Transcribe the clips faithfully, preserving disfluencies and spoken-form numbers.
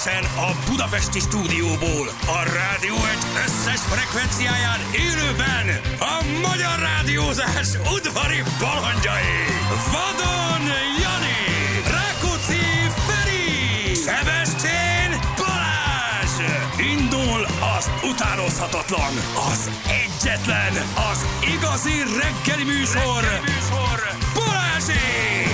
Egyenesen a budapesti stúdióból, a Rádió egy összes frekvenciáján élőben a magyar rádiózás udvari balandjai. Vadon Jani, Rákóczi Feri, Szebestén Balázs. Indul az utánozhatatlan, az egyetlen, az igazi reggeli műsor, reggeli műsor. Balázsék!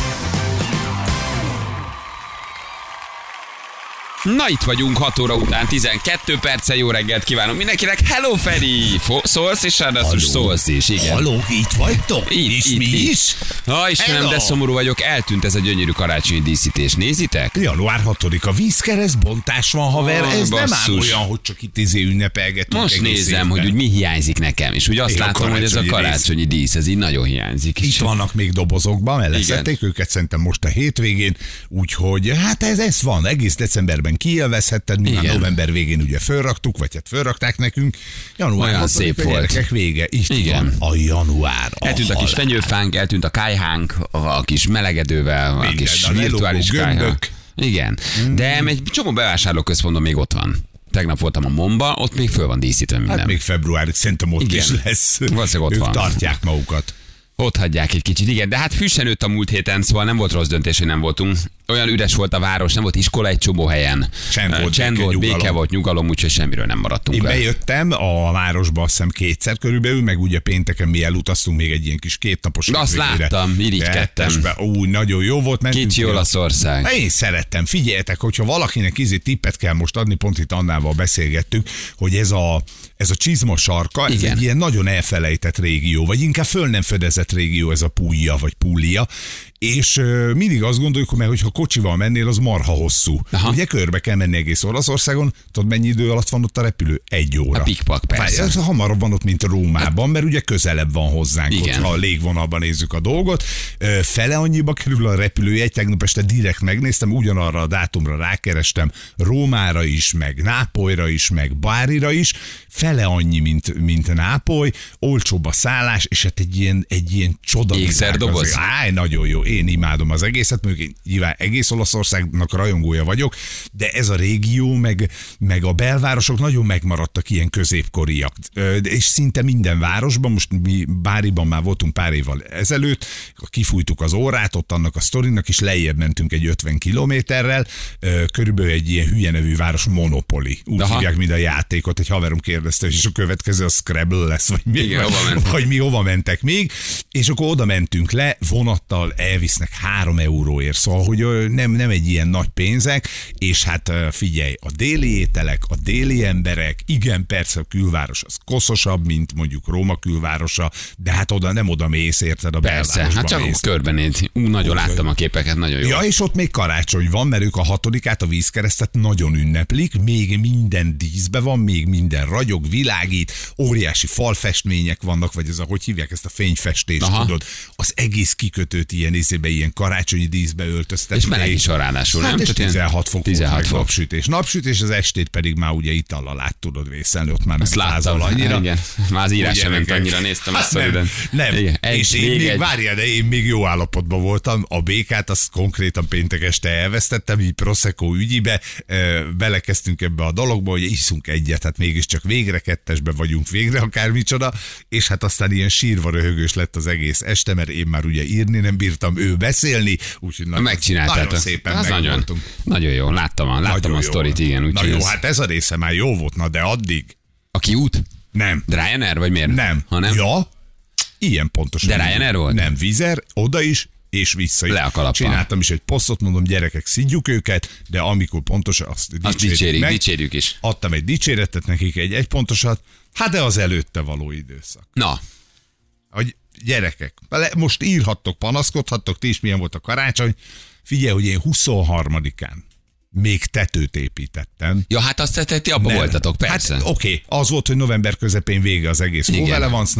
Na, itt vagyunk hat óra után, tizenkét perccel. Jó reggelt kívánok mindenkinek. Hello, Feri! Fo- szólsz és ráadásul szólsz is, igen. Halló, itt vagytok? Itt, és itt, mi itt. is? Ha, Istenem, Hello. de szomorú vagyok, eltűnt ez a gyönyörű karácsonyi díszítés. Nézitek? január hatodika vízkereszt bontás van, haver. Ó, Ez nem ám basszus. olyan, hogy csak itt izé ünnepelgetünk. Most egész nézem, évben. hogy úgy mi hiányzik nekem, és úgy azt Én a látom, hogy ez a karácsonyi karácsonyi dísz, ez így nagyon hiányzik. Itt És vannak még dobozokban, mert leszették őket szerintem most a hétvégén, úgyhogy hát ez, ez van, egész decemberben kielvezhetted, mi már Igen. november végén ugye fölraktuk, vagy hát fölrakták nekünk. Január Olyan hatodika, szép volt. gyerekek, vége. Itt Igen. van a január. A eltűnt a kis halál. fenyőfánk, eltűnt a kályhánk, a kis melegedővel, a Minden, kis a lelógó virtuális kályha. gömbök. Igen, de egy csomó bevásárlóközpontban még ott van. Tegnap voltam a Momba, ott még föl van díszítve minden. Hát még februárig szerintem ott Igen. is lesz. Valószínűleg ott ők van. tartják magukat. Ott hagyják egy kicsit, igen, de hát fűsen nőtt a múlt héten, szóval nem volt rossz döntés, hogy nem voltunk. Olyan üres volt a város, nem volt iskola egy csomó helyen. Csend volt, Csend béke, volt, béke nyugalom. volt, nyugalom, úgyhogy semmiről nem maradtunk Én le. bejöttem a városba azt hiszem kétszer körülbelül, meg ugye pénteken mi elutaztunk még egy ilyen kis kétnapos. De azt hétvégére. láttam, irigykedtem. Kettesbe. Úgy, nagyon jó volt. mentünk Kicsi ki a- Olaszország. Én szerettem, figyeljetek, hogyha valakinek izé tippet kell most adni, pont itt Annával beszélgettük, hogy ez a, ez a Csizma sarka, ez Igen. egy ilyen nagyon elfelejtett régió, vagy inkább föl nem fedezett régió, ez a Puglia, vagy Puglia, és ö, mindig azt gondoljuk, hogy hogyha kocsival mennél, az marha hosszú. Aha. Ugye körbe kell menni egész Olaszországon, tudod mennyi idő alatt van ott a repülő? Egy óra. A pikpak, persze. Ez hamarabb van ott, mint Rómában, mert ugye közelebb van hozzánk, Igen. ha a légvonalban nézzük a dolgot. Ö, Fele annyiba kerül a repülőjegy, tegnap este direkt megnéztem, ugyanarra a dátumra rákerestem, Rómára is, meg Nápolyra is, meg Bárira is, fele annyi, mint, mint Nápoly, olcsóbb a szállás, és hát egy ilyen, egy ilyen csoda. Ékszerdoboz? Áj, nagyon jó, én imádom az egészet, mondjuk én nyilván egész Olaszországnak rajongója vagyok, de ez a régió, meg, meg a belvárosok nagyon megmaradtak ilyen középkoriak. Ö, És szinte minden városban, most mi Báriban már voltunk pár évvel ezelőtt, kifújtuk az órát, ott annak a sztorinak is lejjebb mentünk egy ötven kilométerrel, ö, körülbelül egy ilyen hülye nevű város, Monopoly. Úgy Aha. hívják, mint a játékot, egy haverom kérdezte, és a következő a Scrabble lesz, vagy mi, Igen, hova mentek? vagy mi hova mentek még, és akkor oda mentünk le, vonattal elvisznek három euróért, szóval, hogy ö, nem, nem egy ilyen nagy pénzek, és hát ö, figyelj, a déli ételek, a déli emberek, igen, persze a külváros az koszosabb, mint mondjuk Róma külvárosa, de hát oda nem oda mész, érted, a Persze, belvárosba hát csak mész. körbenéz. Ú, nagyon láttam a képeket, nagyon jó. Ja, és ott még karácsony van, mert ők a hatodikát, a vízkeresztet nagyon ünneplik, még minden díszbe van, még minden ragyog, világít, óriási falfestmények vannak, vagy ez a, hogy hívják ezt a fényfestést, Aha. tudod, az egész kikötőt ilyen izébe, ilyen karácsonyi díszbe öltöztették. És meleg is van ráadásul, hát nem? és Tehát ilyen tizenhat fok tizenhat volt, meg fok. napsütés. Napsütés, az estét pedig már ugye itallal át tudod vészelni, ott már Azt nem láttam, fázol annyira. igen. Már az írás Ugye, sem ment gyerekek? annyira, néztem Hát ezt nem, szoriden. nem. Igen, egy, és én még még, egy. várjál, de én még jó állapotban voltam. A békát azt konkrétan péntek este elvesztettem, így Prosecco ügyibe. Ö, Belekezdtünk ebbe a dologba, hogy iszunk egyet, hát mégiscsak végre kettesbe vagyunk, végre akármicsoda, és hát aztán ilyen sírva röhögős lett az egész este, mert én már ugye írni nem bírtam, ő beszélni, úgyhogy nagyon, Megcsináltátok. nagyon szépen Az nagyon, megvoltunk. nagyon jó, láttam a, láttam Nagyon a jó sztorit, volt. igen. Na Úgyhogy jó, ez... hát ez a része már jó volt, na de addig A kiút? nem. Ryanair, vagy miért? Nem. Ha nem? Ja, ilyen pontosan. De Ryanair volt? Nem, Vizer, oda is, és vissza is. Le a kalappal. Csináltam is egy posztot, mondom, gyerekek, szidjuk őket, de amikor pontosan azt Azt dicsérjük dicsérjük, meg, dicsérjük is. adtam egy dicséretet nekik, egy egypontosat, hát de az előtte való időszak. Na, Hogy gyerekek, le- most írhattok, panaszkodhattok, ti is milyen volt a karácsony. Figyelj, hogy én huszonharmadikán még tetőt építettem. ja, hát azt tetteti, abba Nem. voltatok, persze. Hát oké, okay. Az volt, hogy november közepén vége az egész Igen. Hóvelevancnak,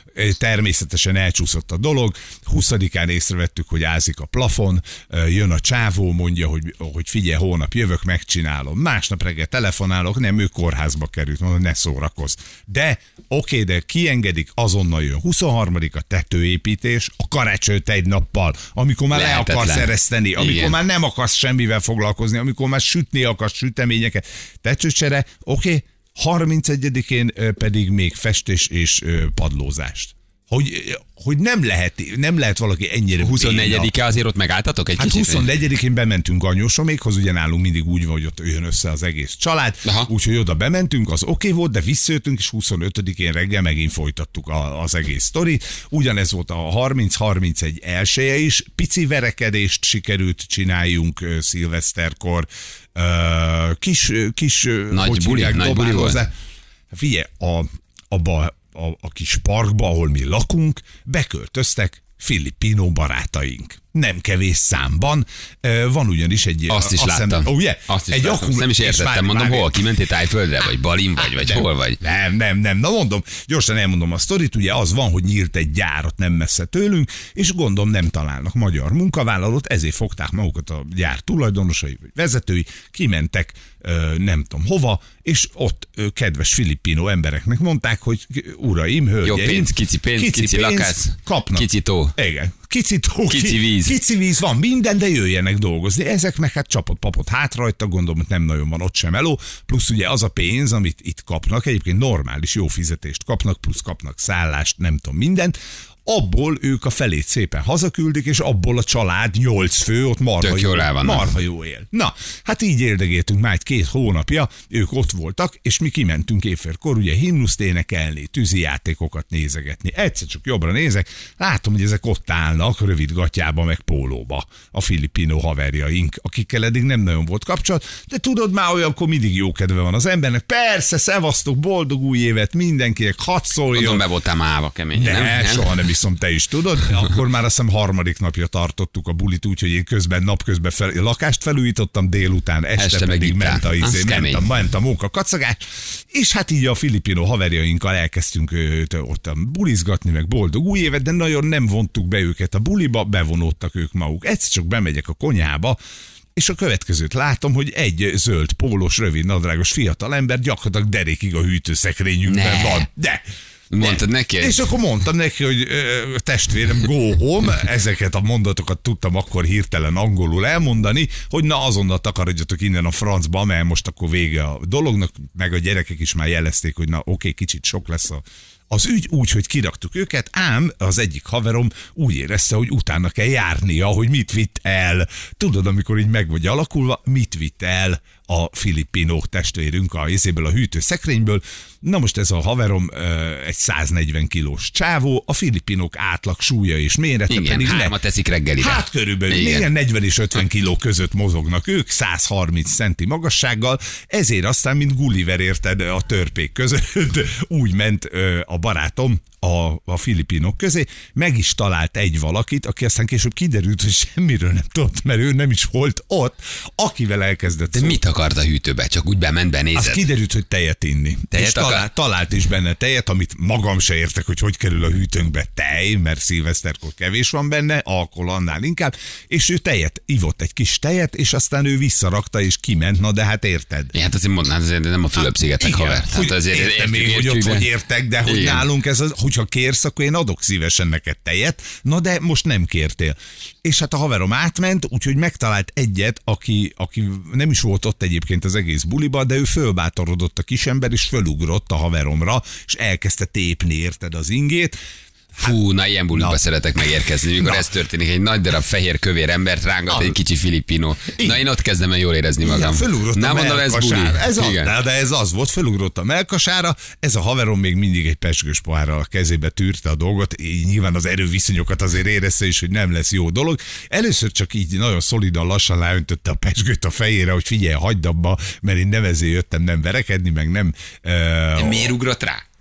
természetesen elcsúszott a dolog. huszadikán észrevettük, hogy ázik a plafon, jön a csávó, mondja, hogy, hogy figyelj, holnap jövök, megcsinálom. Másnap reggel telefonálok, nem, ő kórházba került, mondom, ne szórakozz. De oké, de kiengedik, azonnal jön. huszonharmadika tetőépítés, a karácsonyt egy nappal, amikor már Lehetetlen. le akarsz ereszteni, amikor Igen. már nem akarsz semmivel foglalkozni, amikor már sütni akarsz süteményeket. Tetőcsere, oké, harmincegyedikén pedig még festés és padlózást. Hogy, hogy nem, lehet, nem lehet valaki ennyire... huszonnegyedike azért ott megálltatok egy Hát kicsit? huszonnegyedikén bementünk Anyósomékhoz, ugye nálunk mindig úgy van, hogy ott jön össze az egész család, úgyhogy oda bementünk, az oké okay volt, de visszajöttünk, és huszonötödikén reggel megint folytattuk a, az egész sztorit. Ugyanez volt a harminc harmincegy elsője is, pici verekedést sikerült csináljunk uh, szilveszterkor, uh, kis, kis nagy buli, nagy buli volt. Figyelj, a, abba A, a kis parkba, ahol mi lakunk, beköltöztek filipino barátaink. Nem kevés számban. Van ugyanis egy... Azt is azt láttam. Hiszem, ugye? Azt is egy láttam. akkum... Nem is értettem, várj, mondom, várj, hol? Kimentél Tájföldre? Vagy Balin vagy? Vagy nem, hol vagy? Nem, nem, nem. Na mondom, gyorsan elmondom a sztorit. Ugye az van, hogy nyílt egy gyárat nem messze tőlünk, és gondolom nem találnak magyar munkavállalót, ezért fogták magukat a gyár tulajdonosai, vagy vezetői, kimentek nem tudom hova, és ott kedves filipino embereknek mondták, hogy uraim, hölgyeim, jó pénz, kici pénz, kici, kici pénz, lakász, kapnak. kici tó. Igen. Kici tó, kici víz. Kici víz, van minden, de jöjjenek dolgozni. Ezek meg hát csapott papot hát rajta, gondolom, hogy nem nagyon van ott sem eló. Plusz ugye az a pénz, amit itt kapnak, egyébként normális jó fizetést kapnak, plusz kapnak szállást, nem tudom mindent. Abból ők a felét szépen hazaküldik, és abból a család nyolc fő ott marha jó, marha jó él. Na, hát így érdegéltünk már egy két hónapja, ők ott voltak, és mi kimentünk évfélkor, ugye himnuszt énekelni, tűzijátékokat nézegetni. Egyszer csak jobbra nézek, látom, hogy ezek ott állnak, rövid gatyába, meg pólóba, a filipino haverjaink, akikkel eddig nem nagyon volt kapcsolat, de tudod, már olyankor mindig jó kedve van az embernek. Persze, szevasztok, boldog új évet mindenkinek, hadd szóljon. Tudom, be voltál máva kemény, ne, nem? soha nem iszom, te is tudod. Akkor már azt hiszem harmadik napja tartottuk a bulit, úgyhogy én közben napközben fel, lakást felújítottam, délután, este, este pedig ment a, izé, ment, a, ment a munka kacagás, és hát így a filipino haverjainkkal elkezdtünk őt, ott bulizgatni, meg boldog új évet, de nagyon nem vontuk be őket a buliba, bevonódtak ők maguk. Egyszer csak bemegyek a konyhába, és a következőt látom, hogy egy zöld pólós, rövid nadrágos fiatalember gyakorlatilag derékig a hűtőszekrényünkben van. De mondtad neki? És akkor mondtam neki, hogy ö, testvérem, go home, ezeket a mondatokat tudtam akkor hirtelen angolul elmondani, hogy na azonnal takarodjatok innen a francba, mert most akkor vége a dolognak, meg a gyerekek is már jelezték, hogy na oké, okay, kicsit sok lesz a az ügy, úgy, hogy kiraktuk őket, ám az egyik haverom úgy érezte, hogy utána kell járnia, hogy mit vitt el. Tudod, amikor így meg vagy alakulva, mit vitt el a filipino testvérünk a izéből, a hűtőszekrényből. Na most ez a haverom egy száznegyven kilós csávó, a filipinok átlag súlya és mérete. Igen, pedig hármat teszik reggelire. Hát körülbelül igen, negyven és ötven kiló között mozognak ők, száz harminc centi magassággal, ezért aztán, mint Gulliver, érted, a törpék között úgy ment a barátom a, a filipinok közé, meg is talált egy valakit, aki aztán később kiderült, hogy semmiről nem tudott, mert ő nem is volt ott, akivel elkezdett De mit akart a hűtőbe? Csak úgy bement, benézett? Az kiderült, hogy tejet inni. Tejet és talált, talált is benne tejet, amit magam se értek, hogy hogy kerül a hűtőnkbe tej, mert szilveszterkor kevés van benne, alkohol annál inkább, és ő tejet, ivott egy kis tejet, és aztán ő visszarakta, és kiment, na de hát érted. Ja, hát azért mondnád, azért nem a Fülöp-szigetek hát, haver. Hogy azért értem még, hogy ott hogy értek, de hogy igen. Nálunk ez az, hogyha kérsz, akkor én adok szívesen neked tejet, na de most nem kértél. És hát a haverom átment, úgyhogy megtalált egyet, aki, aki nem is volt ott egyébként az egész buliba, de ő fölbátorodott a kisember, és fölugrott a haveromra, és elkezdte tépni, érted, az ingét. Fú, na ilyen bulikba szeretek megérkezni, mikor na. ez történik, egy nagy darab fehér kövér embert rángat ah. egy kicsi filipino. Na én ott kezdem el jól érezni magam. Fölugrott a mondom, ez buli. Ez az, de ez az volt, fölugrott a melkasára, ez a haverom még mindig egy pezsgős pohárral a kezébe tűrte a dolgot, így nyilván az erőviszonyokat azért érezte is, hogy nem lesz jó dolog. Először csak így nagyon szolidan lassan leöntötte a pezsgőt a fejére, hogy figyelj, hagyd abba, mert én nem ezért jöttem nem verekedni, meg nem... Uh, miért ugrott rá?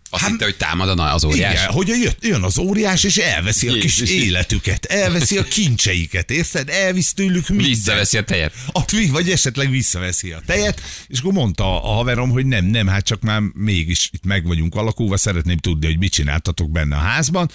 Azt hát, hitte, hogy támad az óriás. Igen, hogy jött, jön az óriás, és elveszi a kis életüket, elveszi a kincseiket, érted? Elvisz tőlük mindent. Visszaveszi a tejet. A, vagy esetleg visszaveszi a tejet, és akkor mondta a haverom, hogy nem, nem, hát csak már mégis itt meg vagyunk alakulva, szeretném tudni, hogy mit csináltatok benne a házban.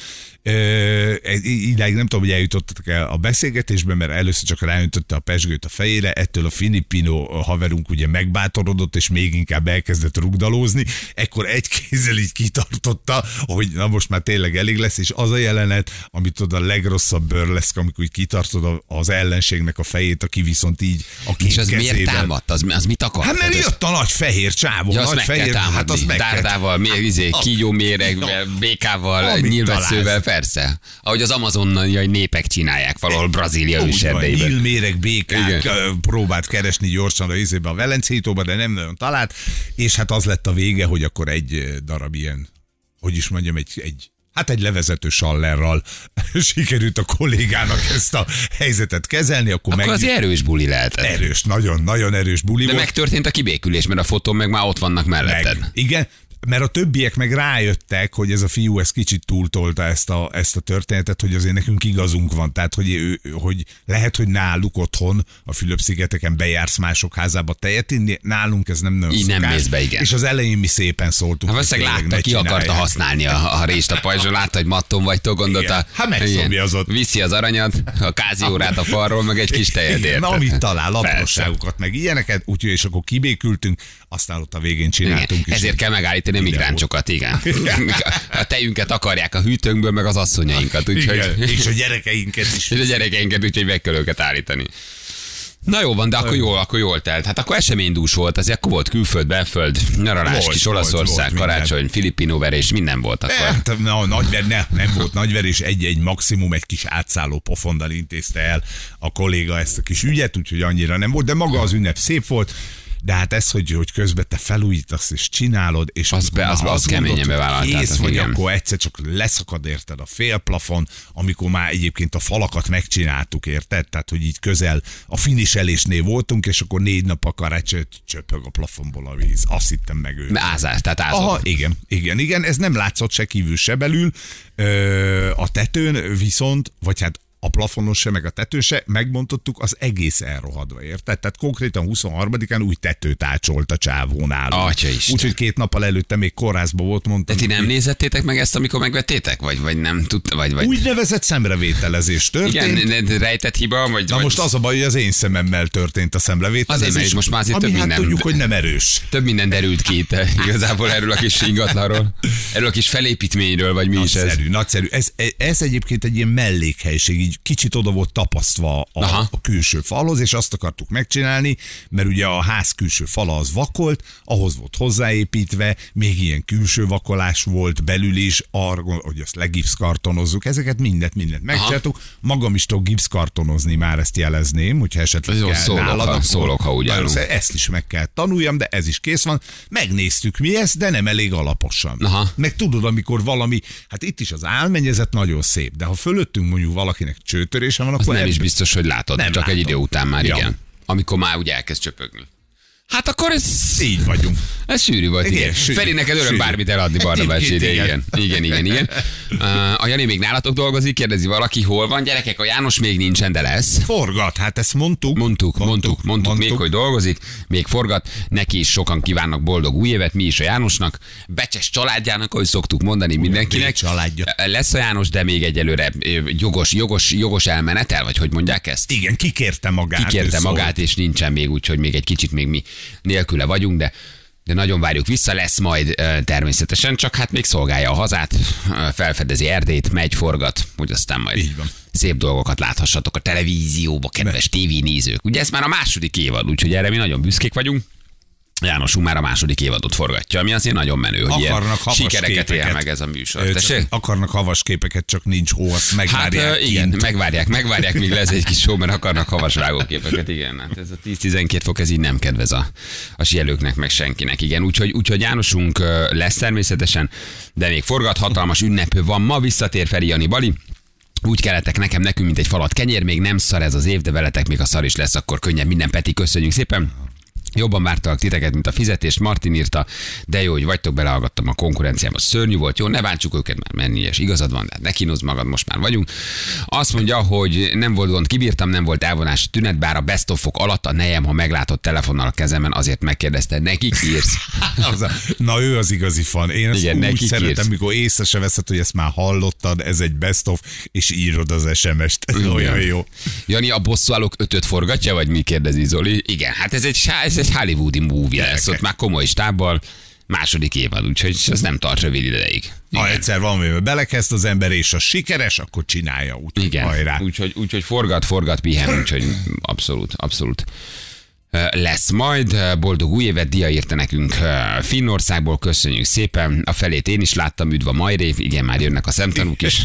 Idáig nem tudom, hogy eljutottatok el a beszélgetésben, mert először csak ráöntötte a pezsgőt a fejére, ettől a filipino haverunk ugye megbátorodott, és még inkább elkezdett rugdalózni, ekkor egy kézzel így kitartotta, hogy na most már tényleg elég lesz, és az a jelenet, amit oda a legrosszabb burleszk, amikor így kitartod az ellenségnek a fejét, aki viszont így a két és az kezével. Miért támadt? Az, az mit akar? Hát mert jött a nagy fehér csávó, ja, nagy meg fehér, hát az meg dárdával, izé, kígyóméregvel, békával, nyílvesszővel, persze. Ahogy az amazonnai népek csinálják valahol Brazília őserdeiben. Nyílméreg, békák, igen. Próbált keresni gyorsan a izébe a Velencei tóba, de nem nagyon talált, és hát az lett a vége, hogy akkor egy darab ilyen, hogy is mondjam, egy, egy hát egy levezető sallerral sikerült a kollégának ezt a helyzetet kezelni. Akkor, akkor meg... az erős buli lehetett. Erős, nagyon-nagyon erős buli de volt. De megtörtént a kibékülés, mert a fotón meg már ott vannak melletted. Meg. Igen, mert a többiek meg rájöttek, hogy ez a fiú ez kicsit túltolta ezt a, ezt a történetet, hogy azért nekünk igazunk van. Tehát, hogy, ő, hogy lehet, hogy náluk otthon, a Fülöp-szigeteken bejársz mások házába tejet inni, nálunk ez nem nagyon így szokás. nem mész be, igen. És az elején mi szépen szóltuk. Hát valószínűleg látta, ki akarta használni a, a rést a pajzson, látta, hogy matton vagytok, gondolta. Hát megszomjazott. Viszi az aranyat, a káziórát a falról, meg egy kis tejet érte. Amit talál, apróságokat, meg ilyeneket, úgyhogy és akkor kibékültünk, aztán ott a végén csináltunk is. Ezért kell megállítani a migránsokat, igen. A tejünket akarják a hűtőnkből, meg az asszonyainkat. Úgyhogy... És a gyerekeinket is. És a gyerekeinket, úgyhogy meg kell őket állítani. Na jó van, de akkor jól, akkor jól telt. Hát akkor eseménydús volt, azért akkor volt külföld, belföld, nyaralás, volt, kis Olaszország, volt, karácsony, minden. Filipino verés, minden volt akkor. Hát, na, nagyver, ne, nem volt nagyverés, egy-egy maximum, egy kis átszálló pofondal intézte el a kolléga ezt a kis ügyet, úgyhogy annyira nem volt, de maga az ünnep szép volt. De hát ez, hogy, hogy közben te felújítasz és csinálod, és az, be, az, az, az keményen bevállaltál. Kész vagy, igen. Akkor egyszer csak leszakad érted a félplafon, amikor már egyébként a falakat megcsináltuk, érted? Tehát, hogy így közel a finiselésnél voltunk, és akkor négy nap a karácsony csöpög a plafonból a víz. Azt hittem meg ő. Ázás, tehát ázott. Aha, igen, igen, igen, ez nem látszott se kívül, se belül. Ö, a tetőn viszont, vagy hát a plafonon se, meg a tetőn se, megbontottuk, az egész elrohadva, érted? Tehát konkrétan huszonharmadikán új tetőt ácsolt a csávó nálunk. Atya Isten. Úgyhogy két nappal előtte még kórházba volt, mondtam. De ti nem hogy... nézettétek meg ezt, amikor megvettétek? Vagy, vagy nem tudta? Vagy, vagy... Úgynevezett szemrevételezés történt. Igen, rejtett hiba? Vagy, Na vagy... most az a baj, hogy az én szememmel történt a szemrevételezés. Azért, mert most már azért ami több hát minden... tudjuk, hogy nem erős. Több minden derült ki itt igazából erről a kis ingatlanról. Erről a kis felépítményről, vagy mi nagyszerű, is ez? Nagyszerű, ez, ez egyébként egy ilyen mellékhelység, így kicsit oda volt tapasztva a, a külső falhoz, és azt akartuk megcsinálni, mert ugye a ház külső fala az vakolt, ahhoz volt hozzáépítve, még ilyen külső vakolás volt, belül is, arra, hogy azt legipszkartonozzuk, ezeket mindent, mindent megcsináltuk. Magam is tudok gipszkartonozni, már ezt jelezném, hogyha esetleg jó, kell szólok, nálad, ha, szólok, ha úgy állunk. Ezt is meg kell tanuljam, de ez is kész van. Megnéztük mi ez, de nem elég alaposan. Aha. Meg tudod, amikor valami, hát itt is az álmennyezet nagyon szép, de ha fölöttünk mondjuk valakinek csőtörése van, azt nem is biztos, hogy látod, nem csak látom. Egy idő után már, ja. Igen. Amikor már úgy elkezd csöpögni. Hát akkor ez... Így vagyunk. Ez sűrű volt, igen. igen. Feri, neked öröm bármit eladni, Barnabás ide, igen. Igen, igen, igen. Uh, a Jani még nálatok dolgozik, kérdezi valaki, hol van. Gyerekek, a János még nincsen, de lesz. Forgat, hát ezt mondtuk. Mondtuk, mondtuk, mondtuk, mondtuk, mondtuk. Még, hogy dolgozik, még forgat. Neki is sokan kívánnak boldog új évet, mi is a Jánosnak. Becses családjának, ahogy szoktuk mondani mindenkinek. Családja. Lesz a János, de még egyelőre jogos, jogos, jogos elmenetel, vagy hogy mondják ezt? Igen, kikérte magát. Kikérte magát, és nincsen még, úgyhogy még egy kicsit még mi nélküle vagyunk, de, de nagyon várjuk vissza, lesz majd természetesen, csak hát még szolgálja a hazát, felfedezi Erdélyt, megy, forgat, hogy aztán majd így van. Szép dolgokat láthassatok a televízióba, kedves tévénézők. Ugye ez már a második évad, úgyhogy erre mi nagyon büszkék vagyunk. János már a második évadot forgatja, ami azért nagyon menő, hogy akarnak ilyen sikereket él meg ez a műsor. Ö, akarnak havas képeket, csak nincs hó, azt megvárják. Hát igen, kint. megvárják, megvárják, míg lesz egy kis show, mert akarnak havas vágóképeket, igen. Hát ez a tíz-tizenkét fok, ez így nem kedvez a, a sielőknek, meg senkinek, igen. Úgyhogy, úgyhogy Jánosunk lesz természetesen, de még forgat, hatalmas ünnepő van. Ma visszatér Feri Jani Bali. Úgy kellettek nekem, nekünk, mint egy falat kenyér, még nem szar ez az év, de veletek még a szar is lesz, akkor könnyebb minden. Peti, köszönjük szépen. Jobban vártalak titeket, mint a fizetést. Martin írta, de jó, hogy vagytok, belehallgattam a konkurenciába. Szörnyű volt, jó, ne bántsuk őket már menni, és igazad van, de hát ne kínozd magad, most már vagyunk. Azt mondja, hogy nem volt gond, kibírtam, nem volt elvonás tünet, bár a best of-ok alatt a nejem, ha meglátott telefonnal a kezemben, azért megkérdezte, neki írsz. Na ő az igazi fan. Én ezt Igen, úgy szeretem, írsz. mikor észre se veszed, hogy ezt már hallottad, ez egy best of, és írod az es em est. Ez olyan jó. Jani, a bosszúállók ötöt forgatja, vagy mi, kérdezi Zoli? Igen, hát ez egy, ez egy hollywoodi movie lesz, ott már komoly stábbal, második évad, úgyhogy ez nem tart rövid ideig. Ha egyszer valamivel belekezd az ember, és a sikeres, akkor csinálja. Úgy, igen, hajrá. úgyhogy, úgyhogy forgat, forgat, pihen, úgyhogy abszolút, abszolút lesz majd. Boldog új évet, Dia írta nekünk Finnországból, köszönjük szépen. A felét én is láttam, üdv a Majrév, igen, már jönnek a szemtanúk is.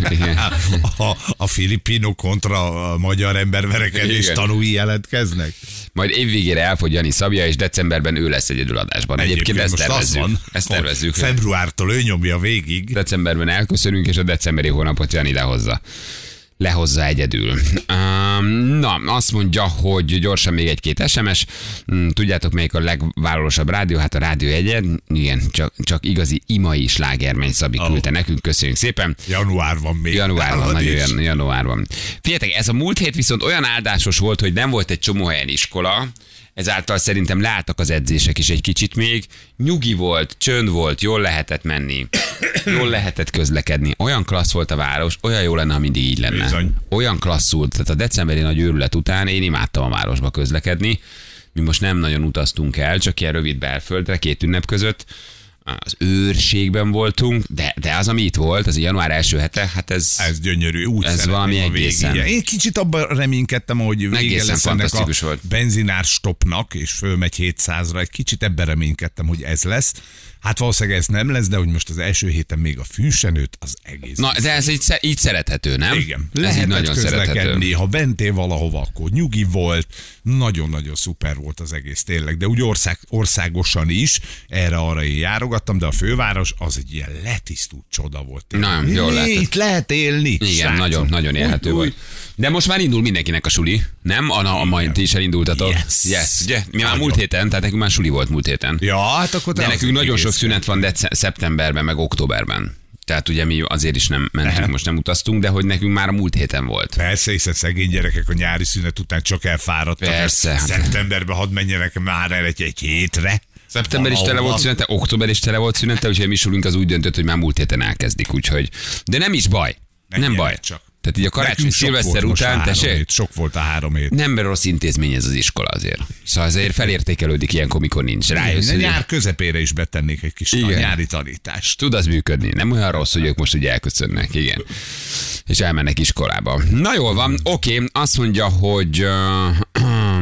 a, a filipinok kontra a magyar emberverekedés tanúi jelentkeznek. Majd évvégére elfogy Jani Szabja, és decemberben ő lesz egyedül adásban. Egyébként, Egyébként ezt tervezzük. Van, ezt tervezzük. Februártól ő nyomja végig. Decemberben elköszönünk, és a decemberi hónapot Jani lehozza. Lehozza egyedül. Um, na, azt mondja, hogy gyorsan még egy-két es em es. Tudjátok, melyik a legvállalósabb rádió? Hát a Rádió Egyen. Igen, csak, csak igazi imai slágermény Szabi oh. küldte nekünk. Köszönjük szépen. Január van még. Január van, nagyon január van. Figyeljetek, ez a múlt hét viszont olyan áldásos volt, hogy nem volt egy csomó helyen iskola, ezáltal szerintem láttak az edzések is egy kicsit még. Nyugi volt, csönd volt, jól lehetett menni, jól lehetett közlekedni. Olyan klassz volt a város, olyan jó lenne, ha mindig így lenne. Bizony. Olyan klasszul, tehát a decemberi nagy őrület után én imádtam a városba közlekedni. Mi most nem nagyon utaztunk el, csak ilyen rövid belföldre, két ünnep között. Az őrségben voltunk, de, de az, ami itt volt, az a január első hete, hát ez... Ez gyönyörű, úgy ez valami egészen. Végig. Én kicsit abban reménykedtem, hogy vége lesz ennek a volt. benzinár stopnak, és fölmegy hétszázra, egy kicsit ebben reménykedtem, hogy ez lesz. Hát valószínűleg ez nem lesz, de hogy most az első héten még a fűsenőt, az egész. Na, de ez így, így szerethető, nem? Igen. Ez lehetett nagyon közlekedni, ha bentél valahova, akkor nyugi volt, nagyon-nagyon szuper volt az egész tényleg, de úgy ország, országosan is, erre-arra én járogattam, de a főváros az egy ilyen letisztult csoda volt. Nagyon jól lehetett. Itt lehet élni. Igen, srácok. nagyon, nagyon élhető volt. De most már indul mindenkinek a suli, nem? A, a majd ti is elindultatok. Yes. yes. Ugye? Mi már múlt héten, tehát nekünk már suli volt múlt héten. Ja, hát akkor de nekünk nagyon sok szünet van dece- szeptemberben, meg októberben. Tehát ugye mi azért is nem mentünk, most nem utaztunk, de hogy nekünk már a múlt héten volt. Persze, hiszen szegény gyerekek a nyári szünet után csak elfáradtak. Persze. Szeptemberben hadd menjenek már el egy, egy hétre. Szeptember is tele volt szünete, október is tele volt szünete, úgyhogy mi sulunk az úgy döntött, hogy már múlt héten elkezdik, úgyhogy. De nem is baj. Nem, nem baj. Csak. Tehát így a karácsony szilveszter után, tessék? Sok volt a három hét. Nem rossz intézmény ez az iskola azért. Szóval azért felértékelődik ilyenkor, mikor nincs. Rájössz, hogy nyár közepére is betennék egy kis igen. nyári tanítást. Tud az működni. Nem olyan rossz, hogy ők most ugye elköszönnek, igen. És elmennek iskolába. Na jól van, oké, okay. Azt mondja, hogy uh,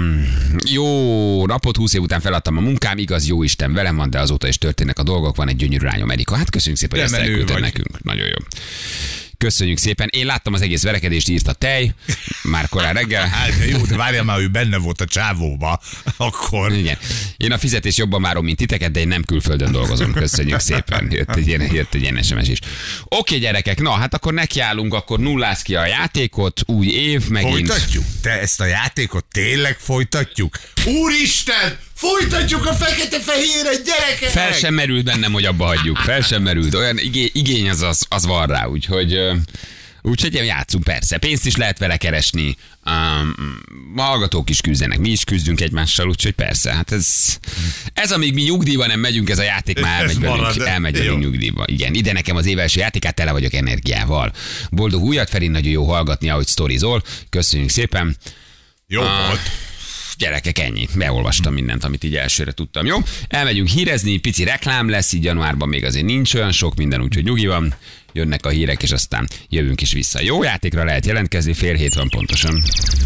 jó napot, húsz év után feladtam a munkám, igaz, jó Isten velem van, de azóta is történnek a dolgok, van egy gyönyörű lányom, Erika. Hát köszönjük szépen, hogy ezt elküldted nekünk. Nagyon jó. Köszönjük szépen. Én láttam az egész verekedést, írt a tej, már korán reggel. Hát, de jó, de várjál már, ő benne volt a csávóba, akkor. Igen. Én a fizetés jobban várom, mint titeket, de én nem külföldön dolgozom. Köszönjük szépen. Jött egy ilyen, jött egy ilyen es em es is. Oké, gyerekek, na hát akkor nekiállunk, akkor nullász ki a játékot, új év megint. Folytatjuk? Te ezt a játékot tényleg folytatjuk? Úristen! Folytatjuk a fekete-fehéret, gyerekek! Fel sem merült bennem, hogy abba hagyjuk. Fel sem merült. Olyan igé, igény az, az, az van rá, úgyhogy, úgyhogy játszunk persze. Pénzt is lehet vele keresni. Um, a hallgatók is küzdenek, mi is küzdünk egymással, úgyhogy persze. Hát ez, ez amíg mi nyugdíjba nem megyünk, ez a játék már elmegy velünk, elmegy velünk nyugdíjba. Igen, ide nekem az év első játékát, tele vagyok energiával. Boldog újat, Feri, nagyon jó hallgatni, ahogy sztorizol. Köszönjük szépen. Jó uh, volt. Gyerekek, ennyi. Beolvastam mindent, amit így elsőre tudtam. Jó? Elmegyünk hírezni, pici reklám lesz, így januárban még azért nincs olyan sok minden, úgyhogy nyugi van. Jönnek a hírek, és aztán jövünk is vissza. Jó játékra lehet jelentkezni, fél hét van pontosan.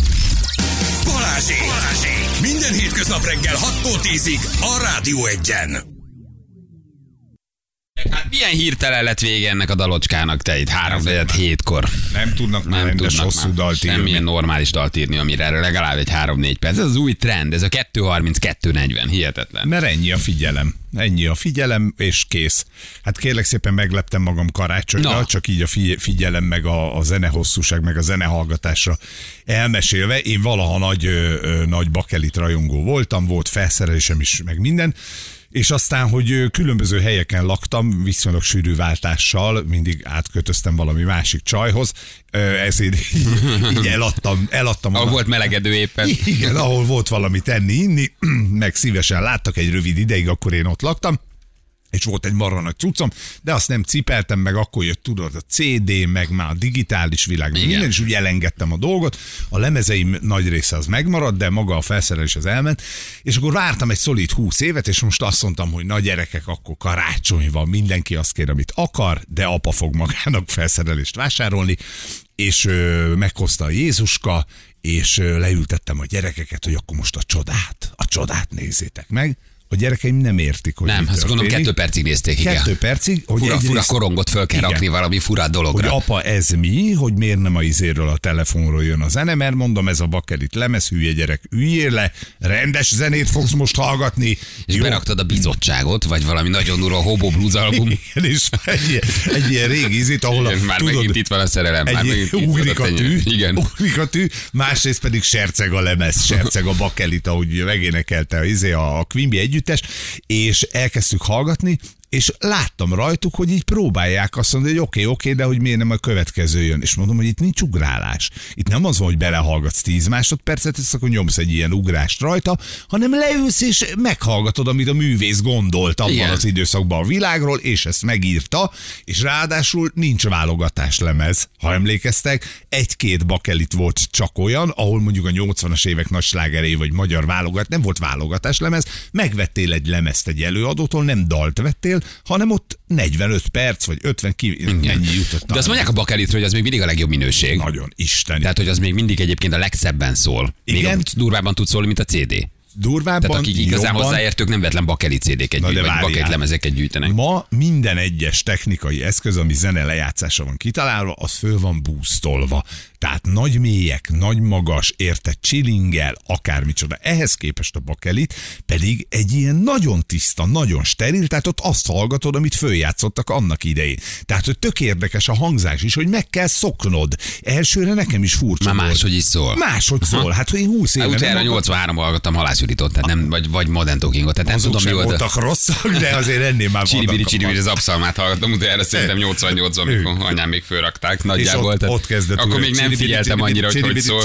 Balázsék! Balázsék! Minden hétköznap reggel hattól tízig a Rádió Egyen. Hát mi Milyen hirtelen lett vége ennek a dalocskának, te itt három negyed hétkor. Nem tudnak már rendes hosszú dalt írni. Semmilyen normális dalt írni, amire erre legalább egy három-négy perc. Ez az új trend, ez a kettő harminc kettő negyven, hihetetlen. Mert ennyi a figyelem. Ennyi a figyelem, és kész. Hát kérlek szépen megleptem magam karácsonyra, no. csak így a figyelem, meg a, a zene hosszúság, meg a zene hallgatásra elmesélve. Én valaha nagy, ö, ö, nagy bakelit rajongó voltam, volt felszerelésem is, meg minden. És aztán, hogy különböző helyeken laktam, viszonylag sűrű váltással, mindig átköltöztem valami másik csajhoz, ezért így, így eladtam. eladtam ahol volt melegedő éppen. Igen, ahol volt valami tenni, inni, meg szívesen láttak egy rövid ideig, akkor én ott laktam. És volt egy marha nagy cuccom, de azt nem cipeltem, meg akkor jött, tudod, a cé dé, meg már a digitális világ, meg minden, és úgy elengedtem a dolgot. A lemezeim nagy része az megmaradt, de maga a felszerelés az elment. És akkor vártam egy szolid húsz évet, és most azt mondtam, hogy na gyerekek, akkor karácsony van, mindenki azt kér, amit akar, de apa fog magának felszerelést vásárolni, és ö, meghozta a Jézuska, és ö, leültettem a gyerekeket, hogy akkor most a csodát, a csodát nézzétek meg. A gyerekeim nem értik, hogy nem, azt gondolom kettő percig nézték, igen. Kettő percig. Hogy fura, fura korongot föl kell igen. rakni valami fura dologra. Hogy apa, ez mi? Hogy miért nem a izéről, a telefonról jön a zene, mert mondom, ez a bakelit lemez, hülye gyerek, üljél le, rendes zenét fogsz most hallgatni. És jó. Beraktad a bizottságot, vagy valami nagyon durva Hobo Blues album. Igen, és egy ilyen, egy ilyen régi ízét, ahol a, már tudod, megint itt van a szerelem. Már megint ugrik a tű, igen. ugrik a tű, másrészt pedig serceg a lemez, serceg a bakelit, ahogy megénekelte a, izé, a Quimby együttes, és elkezdtük hallgatni, és láttam rajtuk, hogy így próbálják azt mondani, hogy oké, okay, oké, okay, de hogy miért nem a következő jön. És mondom, hogy itt nincs ugrálás. Itt nem az van, hogy belehallgatsz tíz másodpercet, és akkor nyomsz egy ilyen ugrást rajta, hanem leülsz és meghallgatod, amit a művész gondolt abban igen. az időszakban a világról, és ezt megírta, és ráadásul nincs válogatás lemez. Ha emlékeztek, egy-két bakelit volt csak olyan, ahol mondjuk a nyolcvanas évek nagy slágeré vagy magyar válogat, nem volt válogatás lemez, megvettél egy lemezt egy előadótól, nem dalt vettél, hanem ott negyvenöt perc, vagy ötven ki, ennyi jutott. De azt mondják a bakelitről, hogy az még mindig a legjobb minőség. Nagyon, isteni. Tehát, hogy az még mindig egyébként a legszebben szól. Igen. Még durvábban tud szólni, mint a cé dé. Durvábban, tehát akik igazán jobban, hozzáértők nem vetlen bakelit cé déket gyűjt, vagy bakelit lemezeket gyűjtenek. Ma minden egyes technikai eszköz, ami zene lejátszása van kitalálva, az föl van boostolva. Tehát nagy mélyek, nagy magas, érte chillingel, akármicsoda. Ehhez képest a bakelit pedig egy ilyen nagyon tiszta, nagyon steril, tehát ott azt hallgatod, amit följátszottak annak idején. Tehát, hogy tök érdekes a hangzás is, hogy meg kell szoknod. Elsőre nekem is furcsa már máshogy is szól. Máshogy szól. Aha. Hát, hogy én húsz éve... Utána nem nyolcvanháromban hallgattam Halászüritot, tehát nem, vagy, vagy Modern Talkingot, tehát nem tudom, mi volt. Voltak rosszak, de azért ennél már Csiribiri, csiribiri, az abszalmát hallgattam, utána szerintem nyolcvannyolcban, amikor anyám még fölrakták nagyjából. Ott, ott kezdett. Akkor még nem figyeltem annyira, hogy hogy szól.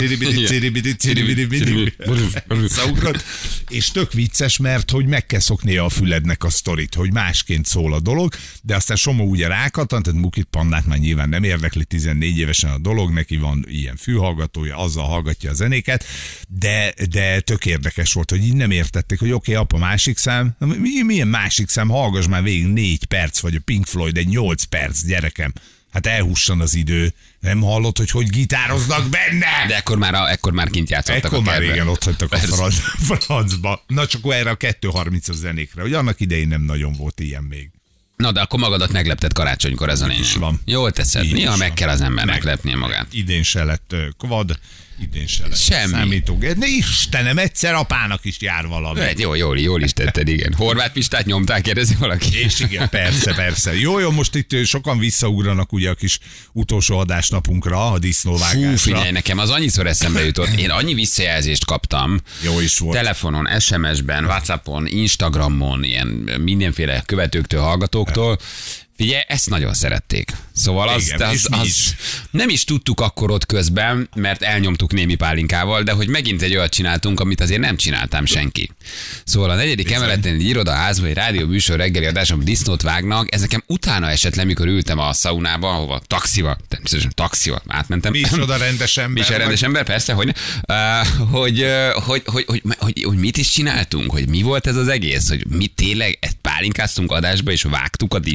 Szaugrott. És tök vicces, mert hogy meg kell szoknia a fülednek a sztorit, hogy másként szól a dolog, de aztán Somó ugye rákattant, tehát Mukit Pandát már nyilván nem érdekli, tizennégy évesen a dolog, neki van ilyen fülhallgatója, azzal hallgatja a zenéket, de, de tök érdekes volt, hogy így nem értették, hogy oké, okay, apa, másik szám, milyen másik szám, hallgass már végig négy perc, vagy a Pink Floyd egy nyolc perc, gyerekem. Hát elhussan az idő. Nem hallott, hogy hogy gitároznak benne? De ekkor már, a, ekkor már kint játszottak ekkor a már kertben. régen ott hagytak a franc, francba. Na csak erre a kettő harmincas zenékre, hogy annak idején nem nagyon volt ilyen még. Na, de akkor magadat meglepted karácsonykor, ez a lényeg. Van. Jól teszed. Néha meg kell az embernek meg, lepnie magát. Idén se lett kvad, idén se lett semmi. Számítógép. De Istenem, egyszer apának is jár valami. Hát jó, jól, jól is tetted, igen. Horváth Pistát nyomták, kérdezi valaki? És igen, persze, persze. Jó, jó, most itt sokan visszaugranak ugye a kis utolsó adásnapunkra, a disznóvágásra. Fú, figyelj, nekem az annyiszor eszembe jutott. Én annyi visszajelzést kaptam. Jó is volt. Telefonon, es em es-ben, WhatsAppon, Instagramon, ilyen mindenféle követőktől, hallgatóktól. Figyelj, ezt nagyon szerették. Szóval az, igen, az, az, az nem is tudtuk akkor ott közben, mert elnyomtuk némi pálinkával, de hogy megint egy olyat csináltunk, amit azért nem csináltam senki. Szóval a negyedik emeleten egy irodaházban, egy rádió műsor reggeli adáson disznót vágnak, ez nekem utána esett le, mikor ültem a szaunába, ahova taxival, természetesen taxival átmentem. Mi is oda rendes ember. Mi is rendes ember, persze, hogy, uh, hogy, uh, hogy, hogy, hogy, hogy, hogy, hogy mit is csináltunk, hogy mi volt ez az egész, hogy mi tényleg ezt pálinkáztunk adásba, és vágtuk a disznót, és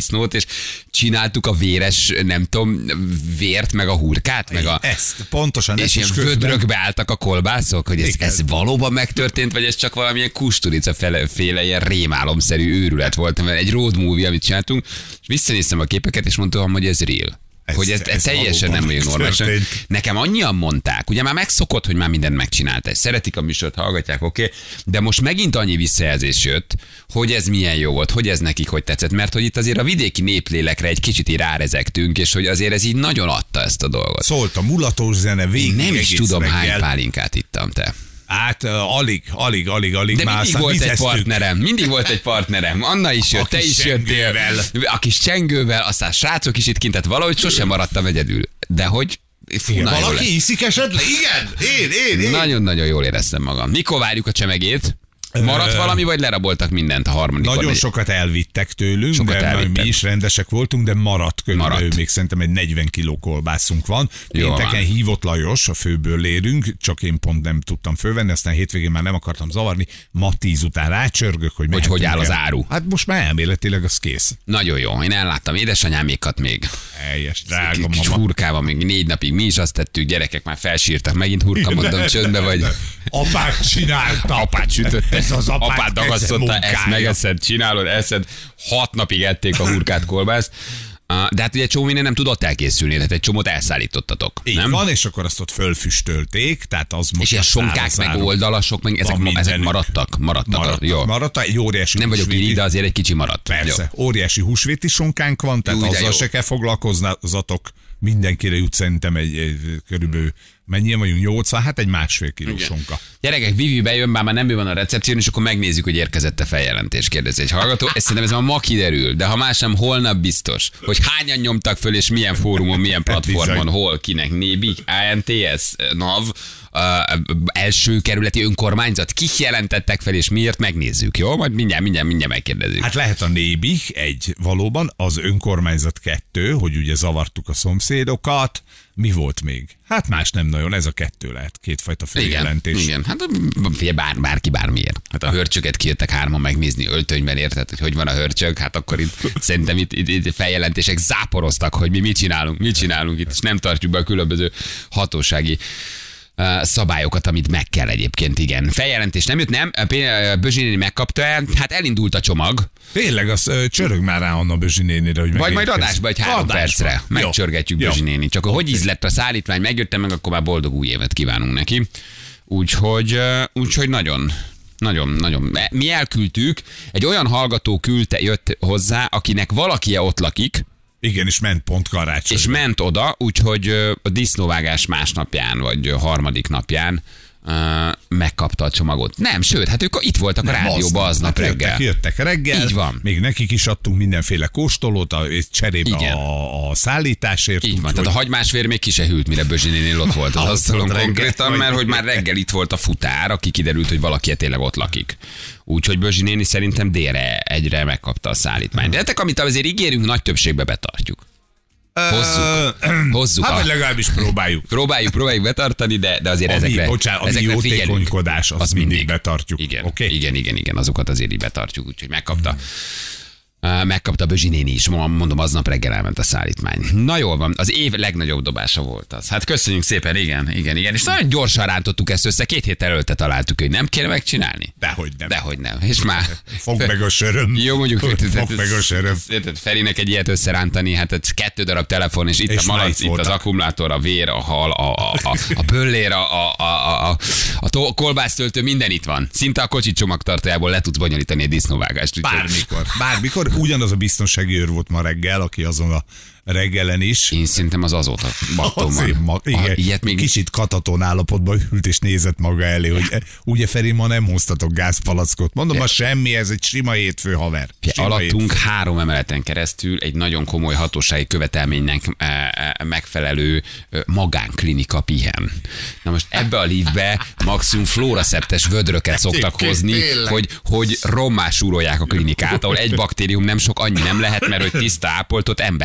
csináltuk a véres, nem tudom, vért, meg a hurkát, meg a... Ezt, pontosan. És ezt ilyen közben... vödrökbe álltak a kolbászok, hogy ez, Igen. ez valóban megtörtént, vagy ez csak valamilyen kusturica fele, féle ilyen rémálomszerű őrület volt, mert egy road movie, amit csináltunk, és visszanéztem a képeket, és mondtam, hogy ez real. Ez, hogy ez, ez, ez teljesen nem olyan normális. Nekem annyian mondták, ugye már megszokott, hogy már mindent megcsinálta, és szeretik a műsort, hallgatják, oké, okay, de most megint annyi visszajelzés jött, hogy ez milyen jó volt, hogy ez nekik hogy tetszett, mert hogy itt azért a vidéki néplélekre egy kicsit így rárezegtünk, és hogy azért ez így nagyon adta ezt a dolgot. Szólt a mulatós zene végig. Nem is tudom, reggel. hány pálinkát ittam te. Hát uh, alig, alig, alig, alig. De már mindig volt vizeztük. egy partnerem, mindig volt egy partnerem. Anna is jött, A te kis is jöttél. csengővel. A kis csengővel, aztán srácok is itt kint, tehát valahogy sosem maradtam egyedül. De hogy... Fú, Igen, nagyon valaki jó iszik esetleg? Igen, én, én, én. Nagyon-nagyon jól éreztem magam. Mikor várjuk a csemegét? Maradt valami, vagy leraboltak mindent a harmadik? Nagyon sokat elvittek tőlünk, Sokat de elvittek. mi is rendesek voltunk, de maradt körülbelül, Maradt. még szerintem egy negyven kiló kolbászunk van. Jó Pénteken van. hívott Lajos, a főből lérünk, csak én pont nem tudtam fölvenni, aztán hétvégén már nem akartam zavarni, ma tíz után rácsörgök, hogy Hogy hogy áll mehetünk az el. áru? Hát most már elméletileg az kész. Nagyon jó. Én elláttam édesanyámékat még. Helyes, drága Kis mama. hurkával még négy napig mi is azt tettük, gyerekek már felsírtak, megint hurka, mondom, csöndbe vagy. Apát csinálta. Apát sütötte, Ez az apát apát dagasztotta, keze ezt munkája. megeszed, csinálod, eszed, hat napig ették a hurkát, kolbászt. Ah, de hát ugye egy csomó minden nem tudott elkészülni, tehát egy csomót elszállítottatok, Így nem? van, és akkor azt ott fölfüstölték, tehát az most És ilyen a sonkák, száraz meg áru. oldalasok, meg ezek, Van ma, ezek mindenük. maradtak? Maradtak. Maradtak, jó. maradtak, egy óriási Nem vagyok húsvéti- irigy, de azért egy kicsi maradt. Persze, óriási húsvéti sonkánk van, tehát Jó, de azzal jó. se kell foglalkozzatok. Mindenkire jut szerintem egy, egy körülbelül, mennyien vagyunk, nyolcvan, hát egy másfél kiló Igen. sonka. Gyerekek, Vivi bejön, bár már nem ő van a recepción, és akkor megnézzük, hogy érkezett-e feljelentés, kérdezi egy hallgató. Ezt szerintem ez már ma kiderül, de ha más nem, holnap biztos, hogy hányan nyomtak föl, és milyen fórumon, milyen platformon, Bizony. hol, kinek, Nébi, á en té es, NAV, uh, első kerületi önkormányzat, kik jelentettek fel, és miért, megnézzük, jó? Majd mindjárt, mindjárt, mindjárt megkérdezzük. Hát lehet a Nébi egy valóban, az önkormányzat kettő, hogy ugye zavartuk a szomszédokat. Mi volt még? Hát más nem nagyon, ez a kettő lehet, kétfajta Igen, feljelentés. igen, hát figyelj, bár, bárki bármiért. Hát a hörcsöket kijöttek hárman megnézni öltönyben, érted, hogy hogy van a hörcsög, hát akkor itt szerintem itt, itt, itt feljelentések záporoztak, hogy mi mit csinálunk, mit csinálunk itt, és nem tartjuk be a különböző hatósági uh, szabályokat, amit meg kell egyébként, igen. Feljelentés nem jött, nem, Bözsi néni megkapta el, hát elindult a csomag, Tényleg, az ö, csörög már rá Anna Bözsi nénire, hogy vagy majd megérkezik. adásba egy három Adásba. percre Jó. megcsörgetjük Jó. Bözsi néni. Csak hogy hogy íz lett a szállítmány, megjöttem meg, akkor már boldog új évet kívánunk neki. Úgyhogy, ö, úgyhogy nagyon, nagyon, nagyon. Mi elküldtük, egy olyan hallgató küldte, jött hozzá, akinek valakie ott lakik, Igen, és ment pont karácsony. és ment oda, úgyhogy ö, a disznóvágás másnapján, vagy ö, harmadik napján ö, megkapta a csomagot. Nem, sőt, hát ők itt voltak a rádióban aznap hát reggel. Jöttek, jöttek reggel. Így van. Még nekik is adtunk mindenféle kóstolót, a, és cserébe Igen. a, a szállításért. Így van, úgyhogy- tehát a hagymásvér még ki se hűlt, mire Bözsi néni ott volt az Ott asztalon volt reggel, konkrétan, vagy- mert hogy már reggel itt volt a futár, aki kiderült, hogy valaki tényleg ott lakik. Úgyhogy Bözsi néni szerintem délre egyre megkapta a szállítmányt. De ezek, amit azért ígérünk, nagy többségbe betartjuk. Hozzuk. Hozzuk. Hát, a- vagy legalábbis próbáljuk. Próbáljuk, próbáljuk betartani, de, de azért A mi, ezekre, bocsánat, a mi ezekre figyelünk. jótékonykodás, azt mindig betartjuk. Igen, Oké? igen, igen, igen, azokat azért így betartjuk, úgyhogy megkapta. Uh, megkapta Bözsi néni is, mondom, aznap reggel elment a szállítmány. Na jól van, az év legnagyobb dobása volt az. Hát köszönjük szépen, igen, igen, igen. És nagyon gyorsan rántottuk ezt össze, két héttel előtte találtuk, hogy nem kéne megcsinálni. Dehogy nem. Dehogy nem. És már... Fogd meg a söröm. Jó, mondjuk, Fogd meg a söröm. érted, Ferinek egy ilyet összerántani, hát ez kettő darab telefon, és itt És a már malac, itt itt az voltak. akkumulátor, a vér, a hal, a, a, a, a böllér, a, a, a, a, a, a to- kolbásztöltő, minden itt van. Szinte a kocsi csomagtartójából le tudsz bonyolítani egy disznóvágást. úgyhogy- Bármikor. Bármikor. Ugyanaz a biztonsági őr volt ma reggel, aki azon a reggelen is. Én szerintem az azóta battom Azért van. ma, igen, Ah, ilyet még kicsit kataton állapotban ült és nézett maga elé, hogy e, ugye Feri, ma nem hoztatok gázpalackot. Mondom, ma semmi, ez egy sima hétfő, haver. Sima alattunk hétfő. három emeleten keresztül egy nagyon komoly hatósági követelménynek e, e, megfelelő e, magánklinika pihen. Na most ebbe a liftbe maximum flóraszeptes vödröket szoktak Egyébként hozni, tényleg. hogy, hogy rommá súrolják a klinikát, ahol egy baktérium nem sok, annyi nem lehet, mert hogy tiszta ápoltott embereket művel.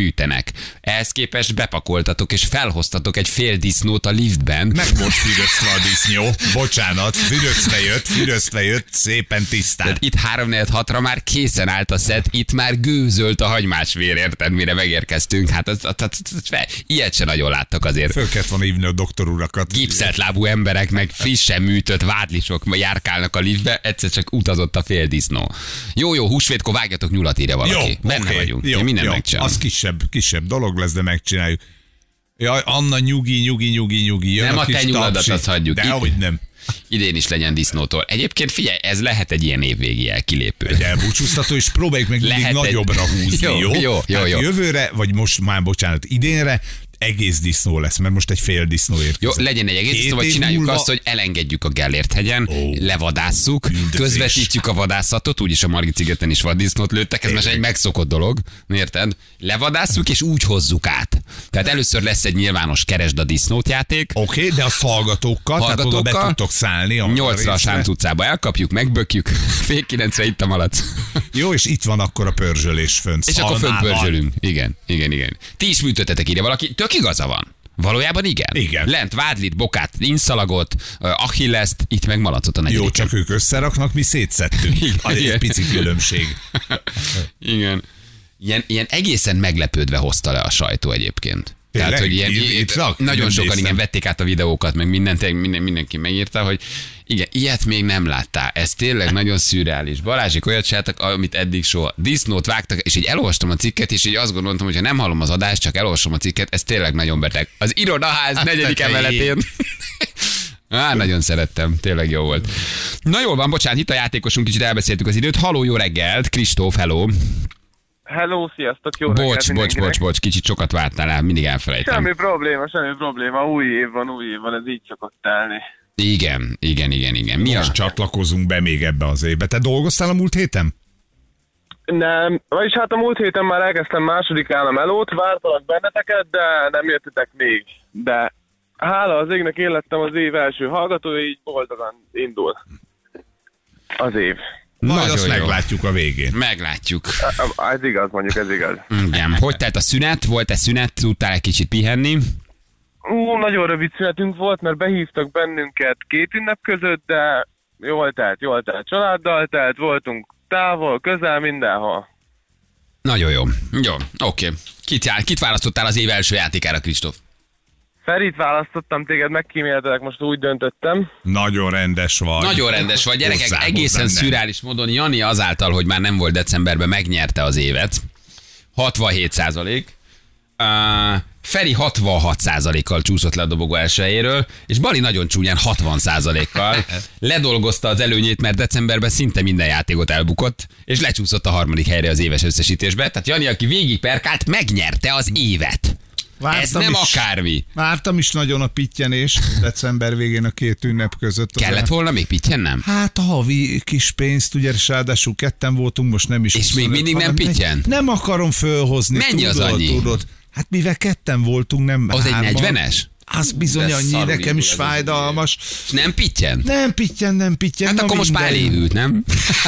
műtenek. Ehhez képest bepakoltatok és felhoztatok egy fél disznót a liftben. Meg most füröztve a disznyó. Bocsánat, füröztve jött, füröztve jött, szépen tisztán. Tehát itt három negyven hatra már készen állt a szett, itt már gőzölt a hagymás vér, érted, mire megérkeztünk. Hát az, az, az, az, az, ilyet se nagyon láttak azért. Föl kellett volna hívni a doktor urakat. Gipszelt lábú emberek, meg frissen műtött vádlisok járkálnak a liftbe, egyszer csak utazott a fél disznó. Jó, jó, húsvétkor vágjatok nyulat, írja valaki. Jó, Benne okay, vagyunk. Jó, Én mindent jó, megcsinálom. az kisebb, kisebb dolog lesz, de megcsináljuk. Jaj, Anna, nyugi, nyugi, nyugi, nyugi. Jön Nem a a kis te nyuladat, tapsi. azt hagyjuk. De Itt- ahogy nem. Idén is legyen disznótól. Egyébként figyelj, ez lehet egy ilyen évvégi elkilépő. Egy elbúcsúztató, és próbáljuk meg mindig Lehet egy- nagyobbra húzni, Jó, jó? jó, jó, Hát jó. jövőre, vagy most már, bocsánat, idénre egész disznó lesz, mert most egy fél disznó Jó, érkezett. legyen egy egész Két disznó, vagy év csináljuk múlva- azt, hogy elengedjük a Gellért hegyen, Ó. levadásszuk, Üldözés. közvetítjük a vadászatot, úgyis a Margit szigeten is vaddisznót lőttek, ez most egy megszokott dolog, érted? Levadásszuk és úgy hozzuk át. Tehát először lesz egy nyilvános keresd a disznót játék, Oké, okay, de a hallgatókkal, tehát oda be Hallgatókkal, tudtok szállni. A nyolcra a részre. Sánc utcába elkapjuk, megbökjük, fél kilencre itt a malac. Jó, és itt van akkor a pörzsölés fönt. És akkor szalmával. fönnpörzsölünk. Igen, igen, igen. Ti is műtöttetek, ide valaki. Tök igaza van. Valójában igen. Igen. Lent vádlit, bokát, inszalagot, achilleszt, itt meg malacot a Jó, negyediken. csak ők összeraknak, mi szétszedtünk. Igen, Az egy igen. pici különbség. Igen. Ilyen, ilyen egészen meglepődve hozta le a sajtó egyébként. Tényleg? Tehát, hogy ilyen, Itt- itt rak? nagyon Nem sokan néztem. igen vették át a videókat, meg mindent, minden, mindenki megírta, hogy igen, ilyet még nem láttál. Ez tényleg nagyon szürreális. Balázsik olyat csináltak, amit eddig soha. Disznót vágtak, és így elolvastam a cikket, és így azt gondoltam, hogy ha nem hallom az adást, csak elolvasom a cikket, ez tényleg nagyon beteg. Az irodaház negyedik tetején. emeletén. Á, nagyon szerettem, tényleg jó volt. Na jól van, bocsánat, itt a játékosunk, kicsit elbeszéltük az időt. Haló, jó reggelt, Kristóf, hello. Hello, sziasztok, jó Bocs, reggelt bocs, mindenkinek. bocs, bocs, kicsit sokat vártál el, mindig elfelejtem. Semmi probléma, semmi probléma, új év van, új év van, ez így szokott telni. Igen, igen, igen, igen. Mi Most a... csatlakozunk be még ebbe az évbe. Te dolgoztál a múlt héten? Nem, vagyis hát a múlt héten már elkezdtem második államelót, vártalak benneteket, de nem jöttetek még. De hála az égnek, én lettem az év első hallgatója, így boldogan indul az év. Majd Nagyon azt jó. meglátjuk a végén. Meglátjuk. Ez igaz, mondjuk, ez igaz. Igen. Hogy telt a szünet? Volt-e szünet? Tudtál egy kicsit pihenni? Ú, nagyon rövid szünetünk volt, mert behívtak bennünket két ünnep között, de jól telt, jól telt. Családdal telt, voltunk távol, közel, mindenhol. Nagyon jó. Jó, oké. Kit, já- kit választottál az év első játékára, Kristóf? Ferit választottam, téged megkíméltelek, most úgy döntöttem. Nagyon rendes vagy. Nagyon rendes vagy, gyerekek, Hozzá, egészen hozzá, nem. szürreális módon Jani azáltal, hogy már nem volt decemberben, megnyerte az évet. hatvanhét százalék. Uh, Feri hatvanhat százalékkal csúszott le a dobogó elsőjéről, és Bali nagyon csúnyán hatvan százalékkal ledolgozta az előnyét, mert decemberben szinte minden játékot elbukott, és lecsúszott a harmadik helyre az éves összesítésbe. Tehát Jani, aki végig perkált, megnyerte az évet. Vártam Ez nem is. akármi. Vártam is nagyon a pittyenés december végén a két ünnep között. Az Kellett el- volna még pittyennem? Hát a havi kis pénzt, ugye, és ráadásul ketten voltunk, most nem is. És még huszonöt, mindig nem hanem pittyen? Nem akarom fölhozni. Mennyi az tudod, annyi? Tudod. Hát mivel ketten voltunk, nem Az egy hárman. negyvenes? Az bizony De annyi, szarul nekem indul is ez az fájdalmas. És nem pittyen? Nem pittyen, nem pittyen. Hát na akkor most már mindegy. elévült, nem?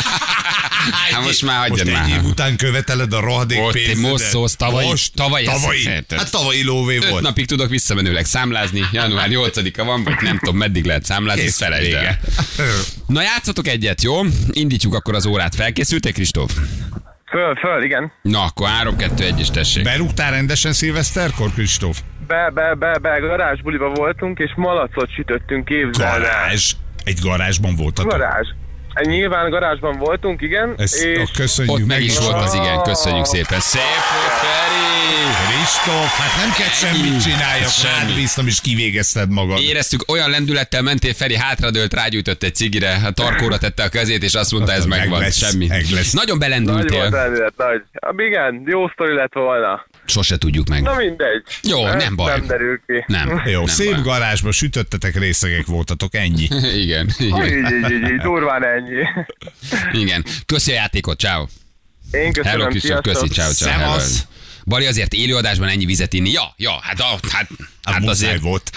Hát most már Most hagyjad egy már. év után követeled a rohadék Ott pénzedet. egy mosszóz, tavalyi- Most, tavalyi ezt tavalyi. szereted. Hát tavalyi lóvé Öt volt. napig tudok visszamenőleg számlázni, január nyolcadika van, vagy nem tudom, meddig lehet számlázni, ezt Kész, felejtsd el. vége. Na játszatok egyet, jó? Indítjuk akkor az órát. Felkészültek, Kristóf? Föl, föl, igen. Na, akkor három, kettő, egy és tessék. Berúgtál rendesen szilveszterkor, Kristóf? Be, be, be, be, garázsbuliba voltunk, és malacot sütöttünk, képzelni. Garázs. Egy garázsban voltatok. Garázs. Nyilván garázsban voltunk, igen. Ezt és a köszönjük Ott meg is is. volt az igen, köszönjük szépen. Szép volt, Feri! Kristóf, hát nem kell Ennyi. semmit csináljak, Ez semmi. rád bíztam, és kivégezted magad. Éreztük, olyan lendülettel mentél, Feri hátradőlt, rágyújtott egy cigire, a tarkóra tette a kezét, és azt mondta, ez Meg megvan, lesz, semmi. meg lesz. Nagyon nagy belendültél, volt elület, nagy. Ah, igen, jó sztori lett volna. sose tudjuk meg. Na mindegy. Jó, Ez nem baj. Nem derül ki. Nem. Jó, nem szép baj. garázsba sütöttetek, részegek voltatok, ennyi. Igen, Ah, igen. így, így, így, így, durván ennyi. Igen. Köszi a játékot, ciao. Én köszönöm, Hello, Kristóf, sziasztok. köszi, ciao, ciao. Szevasz. hello. Bali azért élőadásban ennyi vizet inni? Ja, ja, hát, a, hát, hát muszáj azért, volt. Hát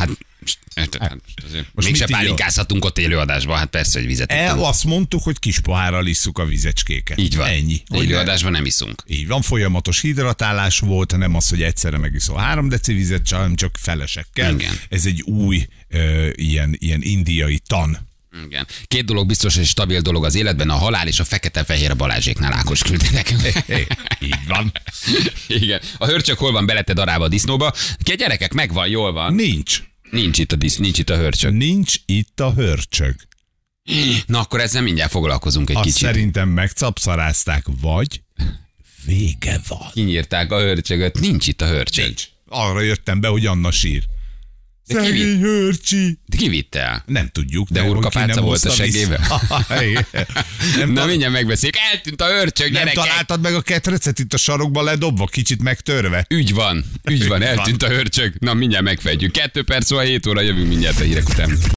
Érted? Hát most azért Most mégse mit pálinkázhatunk ott élőadásban, hát persze, hogy vizet El, ittunk. azt mondtuk, hogy kis pohárral isszuk a vizecskéket. Így van. Ennyi. Hogy Élőadásban nem iszunk. Így van, folyamatos hidratálás volt, nem az, hogy egyszerre megiszol három deci vizet, hanem csak felesekkel. Igen. Ez egy új ö, ilyen, ilyen indiai tan. Igen. Két dolog biztos, hogy stabil dolog az életben, a halál és a fekete-fehér Balázséknál Ákos küldte nekünk. Így van. Igen. A hörcsök hol van, belete darálva a disznóba? Ki gyerekek, megvan, jól van. Nincs. Nincs itt a disz, nincs itt a hörcsök. Nincs itt a hörcsög. Na akkor ezzel mindjárt foglalkozunk egy Azt kicsit. szerintem megcapszarázták, vagy vége van. Kinyírták a hörcsögöt, nincs itt a hörcsög. Nincs. Arra jöttem be, hogy Anna sír. De ki Szegény hörcsi. De ki vitte el? Nem tudjuk. De hogy ki hurkapálca nem volt a hozta seggébe? vissza. Nem, Na tal- mindjárt megbeszéljük. Eltűnt a hörcsög, nem gyerekek. találtad meg a ketrecet itt a sarokba ledobva, kicsit megtörve? Ügy van, ügy van, Ügy van. eltűnt a hörcsög. Na mindjárt megfejtjük. Kettő perc, szóval hét óra, jövünk mindjárt a hírek után.